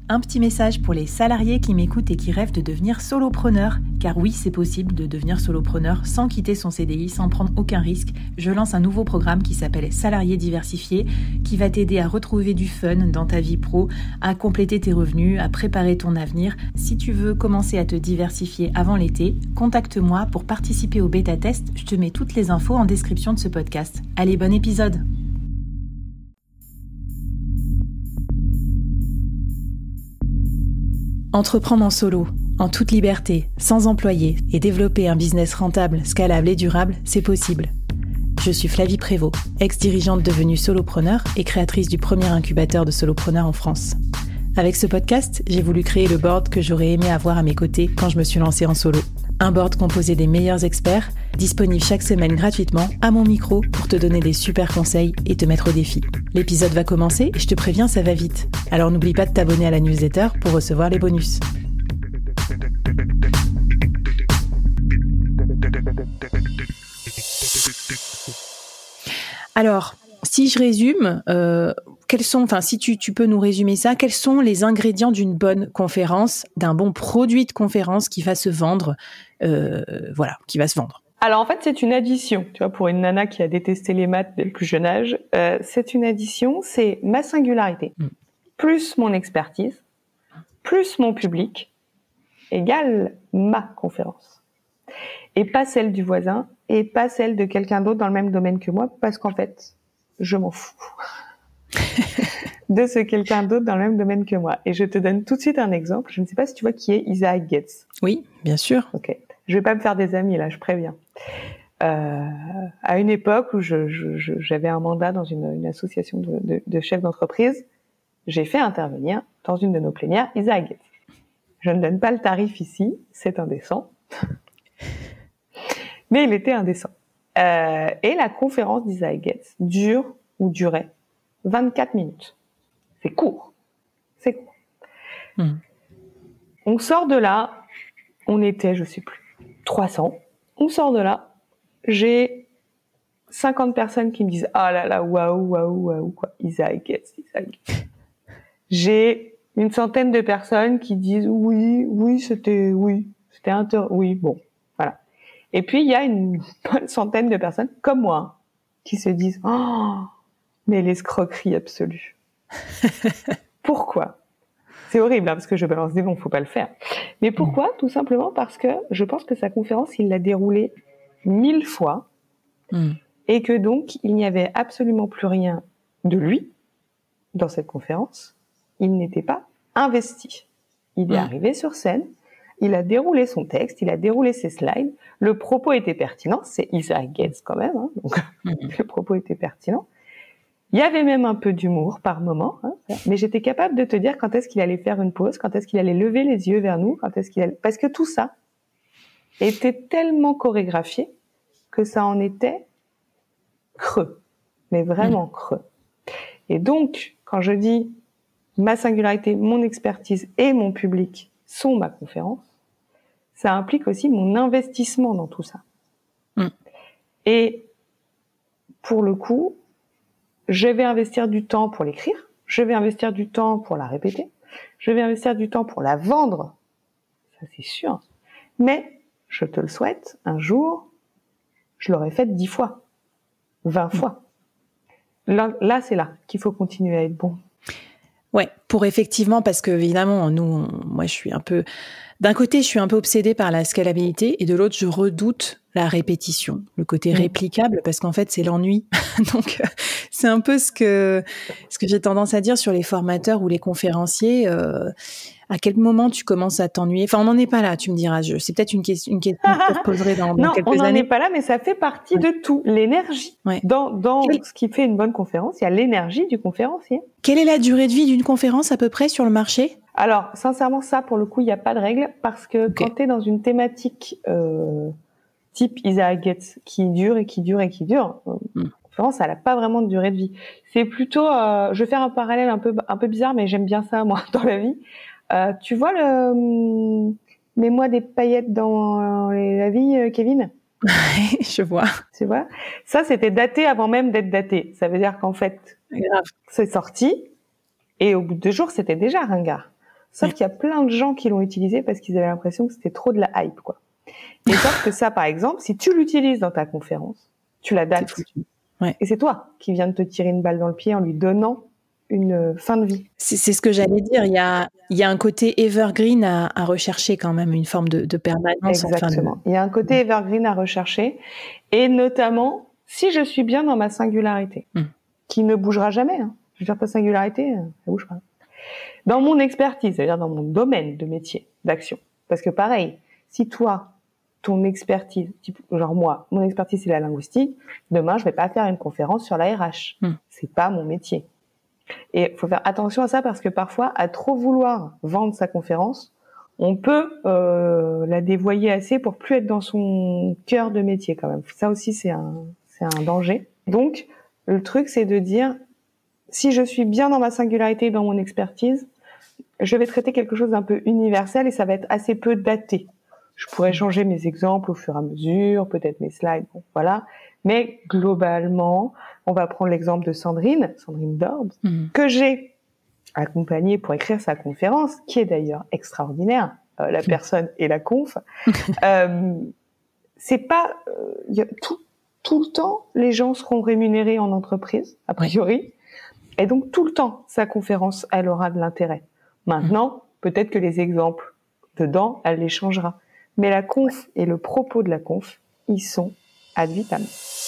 Un petit message pour les salariés qui m'écoutent et qui rêvent de devenir solopreneur. Car oui, c'est possible de devenir solopreneur sans quitter son CDI, sans prendre aucun risque. Je lance un nouveau programme qui s'appelle Salariés diversifiés, qui va t'aider à retrouver du fun dans ta vie pro, à compléter tes revenus, à préparer ton avenir. Si tu veux commencer à te diversifier avant l'été, contacte-moi pour participer au bêta-test. Je te mets toutes les infos en description de ce podcast. Allez, bon épisode! Entreprendre en solo, en toute liberté, sans employé et développer un business rentable, scalable et durable, c'est possible. Je suis Flavie Prévost, ex-dirigeante devenue solopreneur et créatrice du premier incubateur de solopreneurs en France. Avec ce podcast, j'ai voulu créer le board que j'aurais aimé avoir à mes côtés quand je me suis lancée en solo. Un board composé des meilleurs experts, disponible chaque semaine gratuitement à mon micro pour te donner des super conseils et te mettre au défi. L'épisode va commencer et je te préviens, ça va vite. Alors n'oublie pas de t'abonner à la newsletter pour recevoir les bonus. Alors, si je résume, si tu peux nous résumer ça, quels sont les ingrédients d'une bonne conférence, d'un bon produit de conférence qui va se vendre, qui va se vendre? Alors en fait, c'est une addition. Tu vois, pour une nana qui a détesté les maths dès le plus jeune âge, c'est une addition. C'est ma singularité plus mon expertise plus mon public égale ma conférence, et pas celle du voisin et pas celle de quelqu'un d'autre dans le même domaine que moi, parce qu'en fait, je m'en fous de ce quelqu'un d'autre dans le même domaine que moi. Et je te donne tout de suite un exemple. Je ne sais pas si tu vois qui est Isaac Getz. Oui, bien sûr. Ok. Je vais pas me faire des amis là, je préviens. À une époque où j'avais un mandat dans une association de chefs d'entreprise, j'ai fait intervenir dans une de nos plénières Isaac Getz. Je ne donne pas le tarif ici, c'est indécent. Mais il était indécent. Et la conférence d'Isaac Getz durait 24 minutes. C'est court. C'est court. On sort de là, on était, je sais plus, 300. On sort de là, j'ai 50 personnes qui me disent « Ah là là, waouh, quoi, Isaac Getz. » J'ai une centaine de personnes qui disent « Oui, c'était intéressant, oui, bon, voilà. » Et puis, il y a une bonne centaine de personnes, comme moi, qui se disent « Oh, mais l'escroquerie absolue. » Pourquoi ? C'est horrible, parce que je balance des noms, faut pas le faire. Mais pourquoi ? Tout simplement parce que je pense que sa conférence, il l'a déroulée 1000 fois, et que donc, il n'y avait absolument plus rien de lui dans cette conférence. Il n'était pas investi. Il est arrivé sur scène, il a déroulé son texte, il a déroulé ses slides, le propos était pertinent, c'est Isaac Getz quand même, donc le propos était pertinent. Il y avait même un peu d'humour par moment, mais j'étais capable de te dire quand est-ce qu'il allait faire une pause, quand est-ce qu'il allait lever les yeux vers nous, parce que tout ça était tellement chorégraphié que ça en était creux, mais vraiment creux. Et donc, quand je dis ma singularité, mon expertise et mon public sont ma conférence, ça implique aussi mon investissement dans tout ça. Et pour le coup, je vais investir du temps pour l'écrire, je vais investir du temps pour la répéter, je vais investir du temps pour la vendre, ça c'est sûr, mais je te le souhaite, un jour, je l'aurai faite 10 fois, 20 fois. Là, c'est là qu'il faut continuer à être bon. Ouais, pour effectivement, parce que évidemment, moi, d'un côté, je suis un peu obsédée par la scalabilité, et de l'autre, je redoute la répétition, le côté réplicable, parce qu'en fait, c'est l'ennui. Donc, c'est un peu ce que j'ai tendance à dire sur les formateurs ou les conférenciers. À quel moment tu commences à t'ennuyer ? Enfin, on n'en est pas là, tu me diras. C'est peut-être une question que je poserai dans quelques années. Non, on n'en est pas là, mais ça fait partie de tout. L'énergie. Ouais. Dans ce qui fait une bonne conférence, il y a l'énergie du conférencier. Quelle est la durée de vie d'une conférence à peu près sur le marché ? Alors, sincèrement, ça, pour le coup, il n'y a pas de règle, parce que quand tu es dans une thématique type Isaac Getz, qui dure, la conférence, elle n'a pas vraiment de durée de vie. C'est plutôt, je vais faire un parallèle un peu bizarre, mais j'aime bien ça, moi, dans la vie. Tu vois mets-moi des paillettes dans la vie, Kevin. Je vois. Tu vois, ça c'était daté avant même d'être daté. Ça veut dire qu'en fait, c'est sorti et au bout de 2 jours, c'était déjà ringard. Sauf qu'il y a plein de gens qui l'ont utilisé parce qu'ils avaient l'impression que c'était trop de la hype, quoi. Et sauf que ça, par exemple, si tu l'utilises dans ta conférence, tu la dates. Ouais. Et c'est toi qui viens de te tirer une balle dans le pied en lui donnant une fin de vie. C'est ce que j'allais dire. Il y a un côté evergreen à rechercher quand même, une forme de permanence. Exactement. Il y a un côté evergreen à rechercher. Et notamment, si je suis bien dans ma singularité, qui ne bougera jamais. Hein. Je veux dire, ta singularité, elle bouge pas. Dans mon expertise, c'est-à-dire dans mon domaine de métier, d'action. Parce que pareil, si toi, ton expertise, genre moi, mon expertise c'est la linguistique, demain je vais pas faire une conférence sur la RH. C'est pas mon métier. Et faut faire attention à ça parce que parfois, à trop vouloir vendre sa conférence, on peut la dévoyer assez pour plus être dans son cœur de métier quand même. Ça aussi c'est un danger. Donc le truc c'est de dire si je suis bien dans ma singularité, dans mon expertise, je vais traiter quelque chose d'un peu universel et ça va être assez peu daté. Je pourrais changer mes exemples au fur et à mesure, peut-être mes slides, bon, voilà. Mais globalement, on va prendre l'exemple de Sandrine Dorbes, que j'ai accompagnée pour écrire sa conférence, qui est d'ailleurs extraordinaire, la personne et la conf. C'est pas tout le temps, les gens seront rémunérés en entreprise, a priori, et donc tout le temps, sa conférence, elle aura de l'intérêt. Maintenant, peut-être que les exemples dedans, elle les changera. Mais la conf et le propos de la conf, ils sont ad vitam.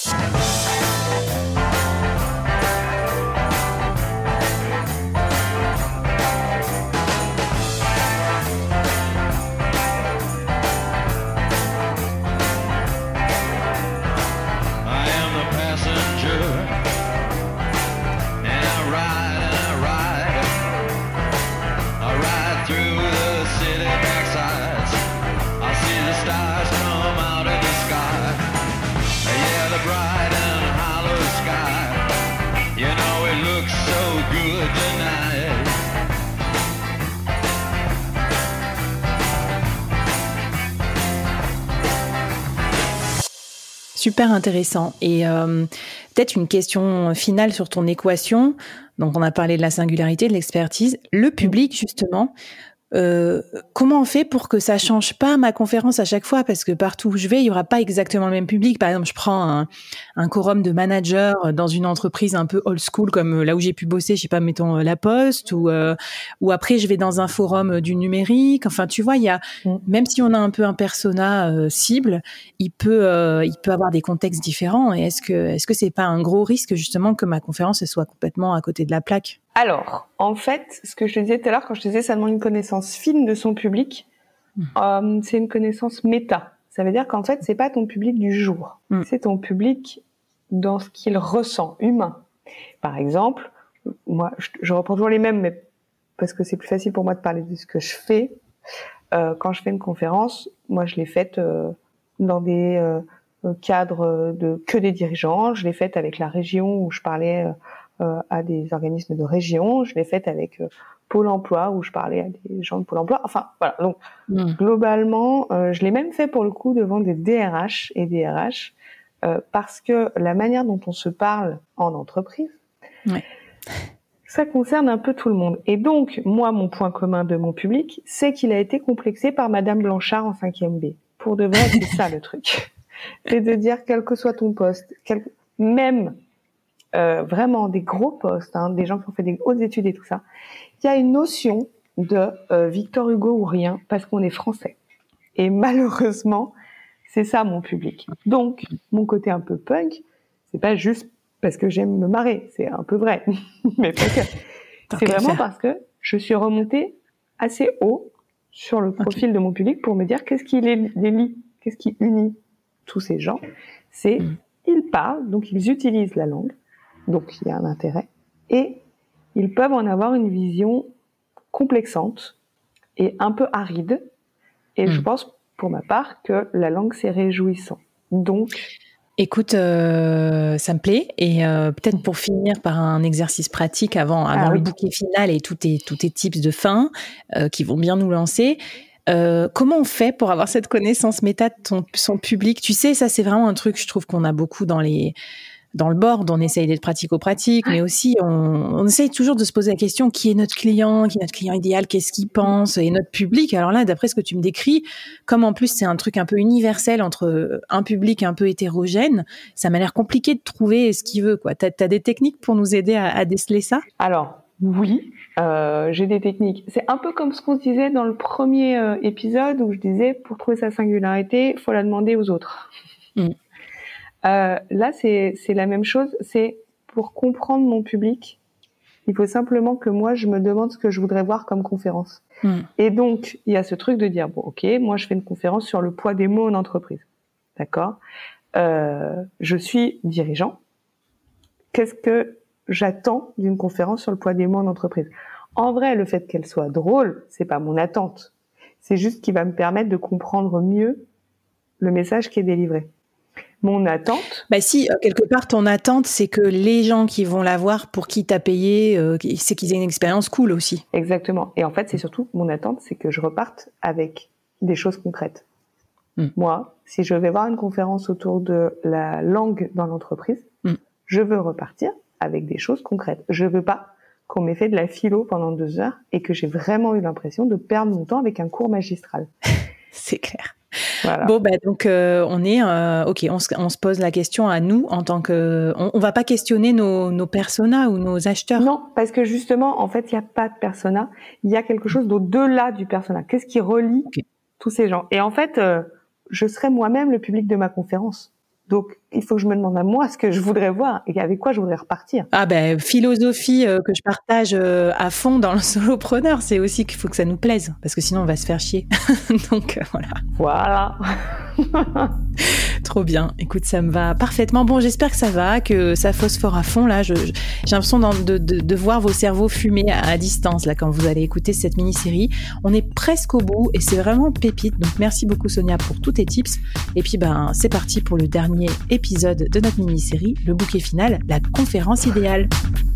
Super intéressant. Et peut-être une question finale sur ton équation. Donc, on a parlé de la singularité, de l'expertise. Le public, justement, comment on fait pour que ça change pas ma conférence à chaque fois? Parce que partout où je vais, il y aura pas exactement le même public. Par exemple, je prends un quorum de managers dans une entreprise un peu old school, comme là où j'ai pu bosser, je sais pas, mettons La Poste, ou après je vais dans un forum du numérique. Enfin, tu vois, il y a, même si on a un peu un persona cible, il peut avoir des contextes différents. Et est-ce que c'est pas un gros risque justement que ma conférence elle soit complètement à côté de la plaque? Alors, en fait, ce que je te disais tout à l'heure, quand je te disais ça demande une connaissance fine de son public, c'est une connaissance méta. Ça veut dire qu'en fait, c'est pas ton public du jour. C'est ton public dans ce qu'il ressent, humain. Par exemple, moi, je reprends toujours les mêmes, mais parce que c'est plus facile pour moi de parler de ce que je fais. Quand je fais une conférence, moi, je l'ai faite dans des cadres de que des dirigeants. Je l'ai faite avec la région où je parlais à des organismes de région. Je l'ai faite avec Pôle emploi où je parlais à des gens de Pôle emploi. Enfin, voilà. Donc, globalement, je l'ai même fait pour le coup devant des DRH et des RH parce que la manière dont on se parle en entreprise, ça concerne un peu tout le monde. Et donc, moi, mon point commun de mon public, c'est qu'il a été complexé par Madame Blanchard en 5e B. Pour de vrai, c'est ça le truc. C'est de dire, quel que soit ton poste, même vraiment des gros postes, des gens qui ont fait des hautes études et tout ça, il y a une notion de Victor Hugo ou rien parce qu'on est français. Et malheureusement, c'est ça mon public. Donc, mon côté un peu punk, c'est pas juste parce que j'aime me marrer, c'est un peu vrai, mais pas que. C'est vraiment parce que je suis remontée assez haut sur le profil de mon public pour me dire qu'est-ce qui les lie, qu'est-ce qui unit tous ces gens. C'est ils parlent, donc ils utilisent la langue. Donc, il y a un intérêt. Et ils peuvent en avoir une vision complexante et un peu aride. Et je pense, pour ma part, que la langue, c'est réjouissant. Donc... Écoute, ça me plaît. Et peut-être pour finir par un exercice pratique avant le bouquet final et tous tes tips de fin qui vont bien nous lancer. Comment on fait pour avoir cette connaissance méta de son public? Tu sais, ça, c'est vraiment un truc, je trouve, qu'on a beaucoup dans les dans le board, on essaye d'être pratico-pratique, mais aussi on essaye toujours de se poser la question qui est notre client idéal, qu'est-ce qu'il pense, et notre public. Alors là, d'après ce que tu me décris, comme en plus c'est un truc un peu universel entre un public un peu hétérogène, ça m'a l'air compliqué de trouver ce qu'il veut, quoi. T'as des techniques pour nous aider à déceler ça ? Alors oui, j'ai des techniques. C'est un peu comme ce qu'on se disait dans le premier épisode où je disais pour trouver sa singularité, faut la demander aux autres. Là, c'est la même chose. C'est pour comprendre mon public, il faut simplement que moi, je me demande ce que je voudrais voir comme conférence. Et donc, il y a ce truc de dire, bon, ok, moi, je fais une conférence sur le poids des mots en entreprise. D'accord ? Je suis dirigeant. Qu'est-ce que j'attends d'une conférence sur le poids des mots en entreprise ? En vrai, le fait qu'elle soit drôle, c'est pas mon attente. C'est juste qui va me permettre de comprendre mieux le message qui est délivré. Mon attente... si, quelque part, ton attente, c'est que les gens qui vont la voir, pour qui t'as payé, c'est qu'ils aient une expérience cool aussi. Exactement. Et en fait, c'est surtout, mon attente, c'est que je reparte avec des choses concrètes. Moi, si je vais voir une conférence autour de la langue dans l'entreprise, je veux repartir avec des choses concrètes. Je veux pas qu'on m'ait fait de la philo pendant 2 heures et que j'ai vraiment eu l'impression de perdre mon temps avec un cours magistral. C'est clair. Voilà. Bon, donc on est on se pose la question à nous en tant que on va pas questionner nos personas ou nos acheteurs. Non, parce que justement, en fait, il y a pas de persona, il y a quelque chose d'au-delà du persona. Qu'est-ce qui relie tous ces gens ? Et en fait, je serai moi-même le public de ma conférence. Donc, il faut que je me demande à moi ce que je voudrais voir et avec quoi je voudrais repartir. Philosophie que je partage à fond dans le solopreneur, c'est aussi qu'il faut que ça nous plaise, parce que sinon on va se faire chier. Donc voilà. Voilà. Trop bien. Écoute, ça me va parfaitement. Bon, j'espère que ça va, que ça phosphore à fond. Là, j'ai l'impression de voir vos cerveaux fumer à distance là quand vous allez écouter cette mini-série. On est presque au bout et c'est vraiment pépite. Donc merci beaucoup Sonia pour tous tes tips. Et puis c'est parti pour le dernier épisode de notre mini-série, le bouquet final, la conférence idéale.